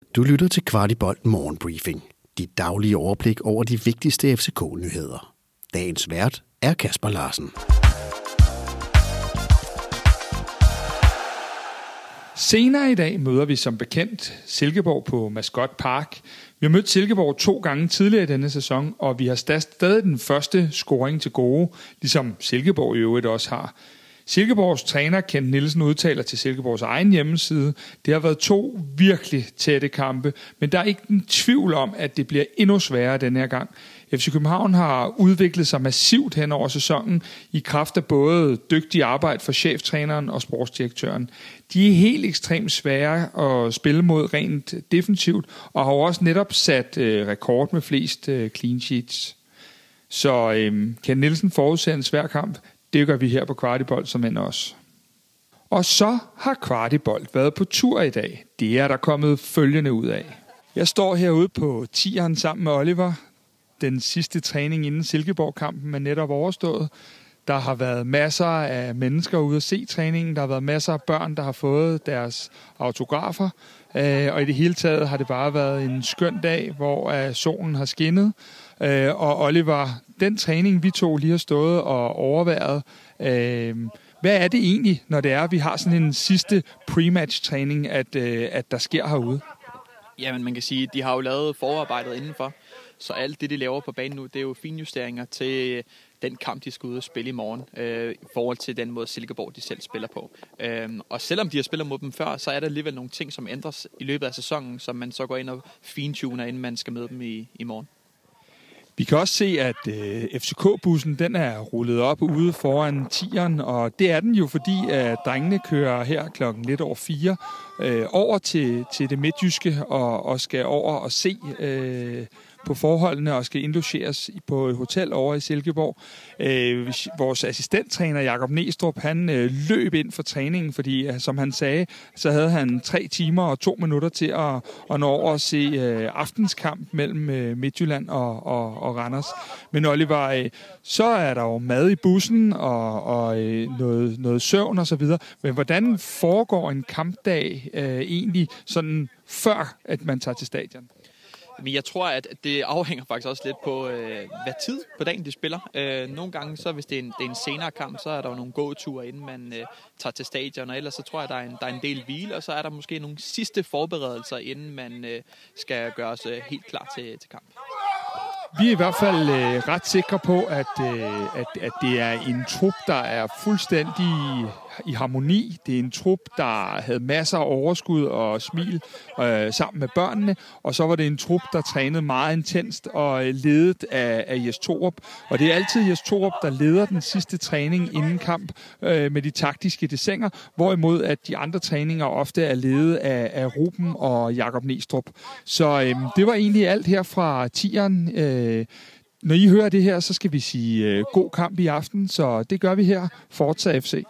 Du lytter til Kvartibolt Morgenbriefing. Dit daglige overblik over de vigtigste FCK-nyheder. Dagens vært er Kasper Larsen. Senere i dag møder vi som bekendt Silkeborg på Mascot Park. Vi har mødt Silkeborg 2 gange tidligere i denne sæson, og vi har stadig den første scoring til gode, ligesom Silkeborg i øvrigt også har. Silkeborgs træner Kent Nielsen udtaler til Silkeborgs egen hjemmeside: det har været 2 virkelig tætte kampe, men der er ikke en tvivl om, at det bliver endnu sværere denne her gang. FC København har udviklet sig massivt hen over sæsonen i kraft af både dygtig arbejde for cheftræneren og sportsdirektøren. De er helt ekstremt svære at spille mod rent defensivt, og har også netop sat rekord med flest clean sheets. Så Kent Nielsen forudser en svær kamp. Det gør vi her på Kvartibolt som end også. Og så har Kvartibolt været på tur i dag. Det er der kommet følgende ud af. Jeg står herude på 10'eren sammen med Oliver. Den sidste træning inden Silkeborg-kampen er netop overstået. Der har været masser af mennesker ude at se træningen. Der har været masser af børn, der har fået deres autografer. Og i det hele taget har det bare været en skøn dag, hvor solen har skinnet. Og Oliver, den træning vi to lige har stået og overværet, hvad er det egentlig, når det er, at vi har sådan en sidste pre-match-træning, at der sker herude? Jamen, man kan sige, at de har jo lavet forarbejdet indenfor, så alt det, de laver på banen nu, det er jo finjusteringer til den kamp, de skal ud og spille i morgen, i forhold til den måde Silkeborg, de selv spiller på. Og selvom de har spillet mod dem før, så er der alligevel nogle ting, som ændres i løbet af sæsonen, som man så går ind og fintuner, inden man skal møde dem i morgen. Vi kan også se, at FCK-bussen den er rullet op ude foran 10'eren, og det er den jo, fordi at drengene kører her klokken lidt over 4 over til det midtjyske og skal over og se på forholdene og skal indlogeres på et hotel over i Silkeborg. Vores assistenttræner Jakob Næstrup, han løb ind for træningen, fordi som han sagde, så havde han 3 timer og 2 minutter til at nå over og se aftenskamp mellem Midtjylland og Randers. Men Oliver, så er der jo mad i bussen og noget søvn og så videre. Men hvordan foregår en kampdag egentlig sådan før, at man tager til stadion? Men jeg tror, at det afhænger faktisk også lidt på, hvad tid på dagen de spiller. Nogle gange, så hvis det er en senere kamp, så er der jo nogle gåture, inden man tager til stadion. Og ellers så tror jeg, der er en del hvile, og så er der måske nogle sidste forberedelser, inden man skal gøre os helt klar til kamp. Vi er i hvert fald ret sikre på, at det er en trup, der er fuldstændig i harmoni. Det er en trup, der havde masser af overskud og smil sammen med børnene. Og så var det en trup, der trænede meget intenst og ledet af Jes Torup. Og det er altid Jes Torup, der leder den sidste træning inden kamp med de taktiske desinger. Hvorimod at de andre træninger ofte er ledet af Ruben og Jakob Næstrup. Så det var egentlig alt her fra 10'eren. Når I hører det her, så skal vi sige god kamp i aften. Så det gør vi her. Forza FC.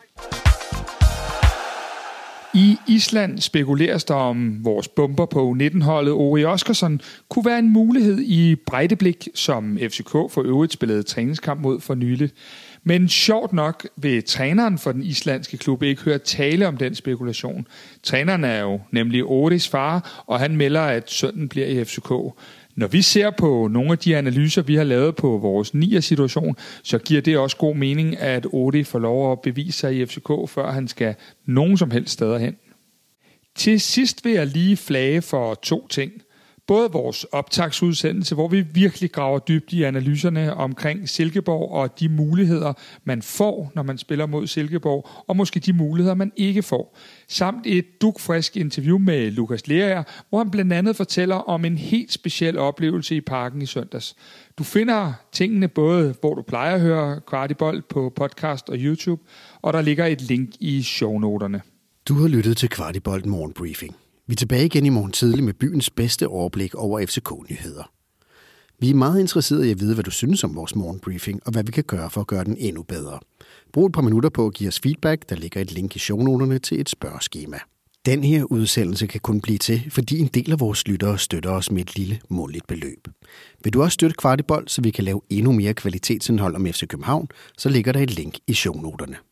I Island spekuleres der om vores bomber på U19-holdet Ori Oskarsson kunne være en mulighed i Breidablik, som FCK for øvrigt spillede træningskamp mod for nyligt. Men sjovt nok vil træneren for den islandske klub ikke høre tale om den spekulation. Træneren er jo nemlig Oris far, og han melder, at sønnen bliver i FCK. Når vi ser på nogle af de analyser, vi har lavet på vores 9'er-situation, så giver det også god mening, at Odi får lov at bevise sig i FCK, før han skal nogen som helst steder hen. Til sidst vil jeg lige flage for 2 ting. Både vores optagsudsendelse, hvor vi virkelig graver dybt i analyserne omkring Silkeborg og de muligheder, man får, når man spiller mod Silkeborg, og måske de muligheder, man ikke får. Samt et dugfrisk interview med Lukas Lerager, hvor han blandt andet fortæller om en helt speciel oplevelse i parken i søndags. Du finder tingene både, hvor du plejer at høre Kvartibolt på podcast og YouTube, og der ligger et link i shownoterne. Du har lyttet til Kvartibolt Morgenbriefing. Vi er tilbage igen i morgen tidlig med byens bedste overblik over FCK-nyheder. Vi er meget interesserede i at vide, hvad du synes om vores morgenbriefing, og hvad vi kan gøre for at gøre den endnu bedre. Brug et par minutter på at give os feedback. Der ligger et link i shownoterne til et spørgeskema. Den her udsendelse kan kun blive til, fordi en del af vores lyttere støtter os med et lille månedligt beløb. Vil du også støtte Kvartibolt, så vi kan lave endnu mere kvalitetsindhold om FC København, så ligger der et link i shownoterne.